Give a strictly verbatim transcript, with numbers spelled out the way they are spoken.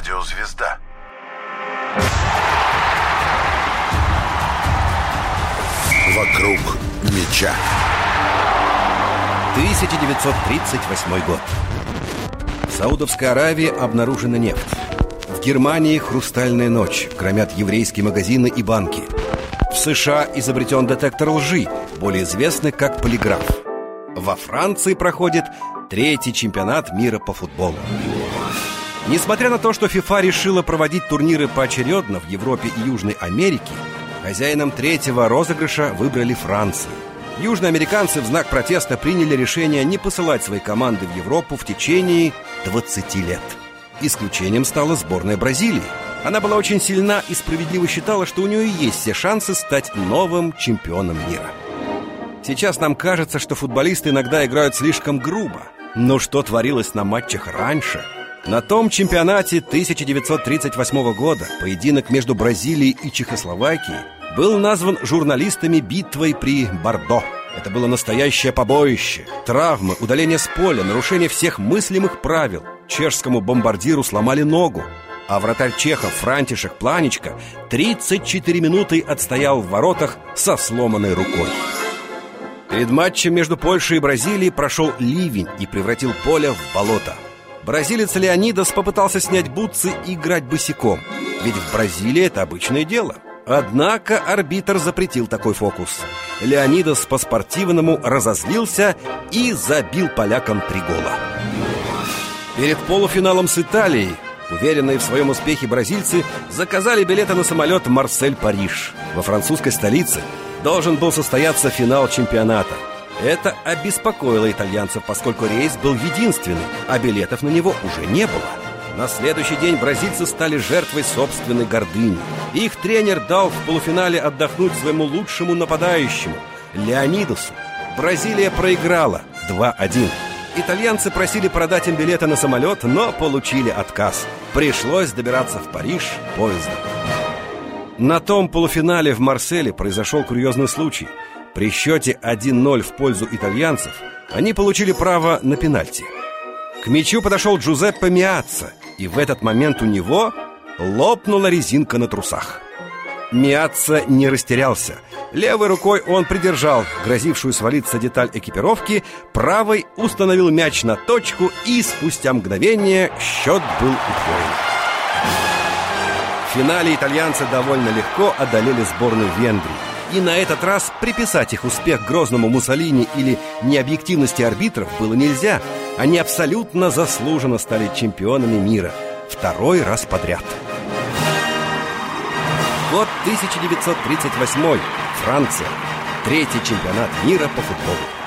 Радиозвезда. Вокруг мяча. тысяча девятьсот тридцать восьмой год. В Саудовской Аравии обнаружена нефть. В Германии хрустальная ночь. Громят еврейские магазины и банки. В США изобретен детектор лжи, более известный как полиграф. Во Франции проходит третий чемпионат мира по футболу. Несмотря на то, что ФИФА решила проводить турниры поочередно в Европе и Южной Америке, хозяином третьего розыгрыша выбрали Францию. Южноамериканцы в знак протеста приняли решение не посылать свои команды в Европу в течение двадцати лет. Исключением стала сборная Бразилии. Она была очень сильна и справедливо считала, что у нее есть все шансы стать новым чемпионом мира. Сейчас нам кажется, что футболисты иногда играют слишком грубо. Но что творилось на матчах раньше? На том чемпионате тысяча девятьсот тридцать восьмого года поединок между Бразилией и Чехословакией был назван журналистами битвой при Бордо. Это было настоящее побоище. Травмы, удаление с поля, нарушение всех мыслимых правил. Чешскому бомбардиру сломали ногу. А вратарь чехов Франтишек Планичка тридцать четыре минуты отстоял в воротах со сломанной рукой. Перед матчем между Польшей и Бразилией прошел ливень и превратил поле в болото. Бразилец Леонидос попытался снять бутсы и играть босиком, ведь в Бразилии это обычное дело. Однако арбитр запретил такой фокус. Леонидос по-спортивному разозлился и забил полякам три гола. Перед полуфиналом с Италией уверенные в своем успехе бразильцы заказали билеты на самолет Марсель-Париж. Во французской столице должен был состояться финал чемпионата. Это обеспокоило итальянцев, поскольку рейс был единственный, а билетов на него уже не было. На следующий день бразильцы стали жертвой собственной гордыни. Их тренер дал в полуфинале отдохнуть своему лучшему нападающему Леонидосу. Бразилия проиграла два один. Итальянцы просили продать им билеты на самолет, но получили отказ. Пришлось добираться в Париж поездом. На том полуфинале в Марселе произошел курьезный случай. При счете один ноль в пользу итальянцев они получили право на пенальти. К мячу подошел Джузеппе Меаццо, и в этот момент у него лопнула резинка на трусах. Меаццо не растерялся. Левой рукой он придержал грозившую свалиться деталь экипировки, правой установил мяч на точку, и спустя мгновение счет был удвоен. В финале итальянцы довольно легко одолели сборную Венгрии. И на этот раз приписать их успех грозному Муссолини или необъективности арбитров было нельзя. Они абсолютно заслуженно стали чемпионами мира второй раз подряд. Год тысяча девятьсот тридцать восьмой. Франция. Третий чемпионат мира по футболу.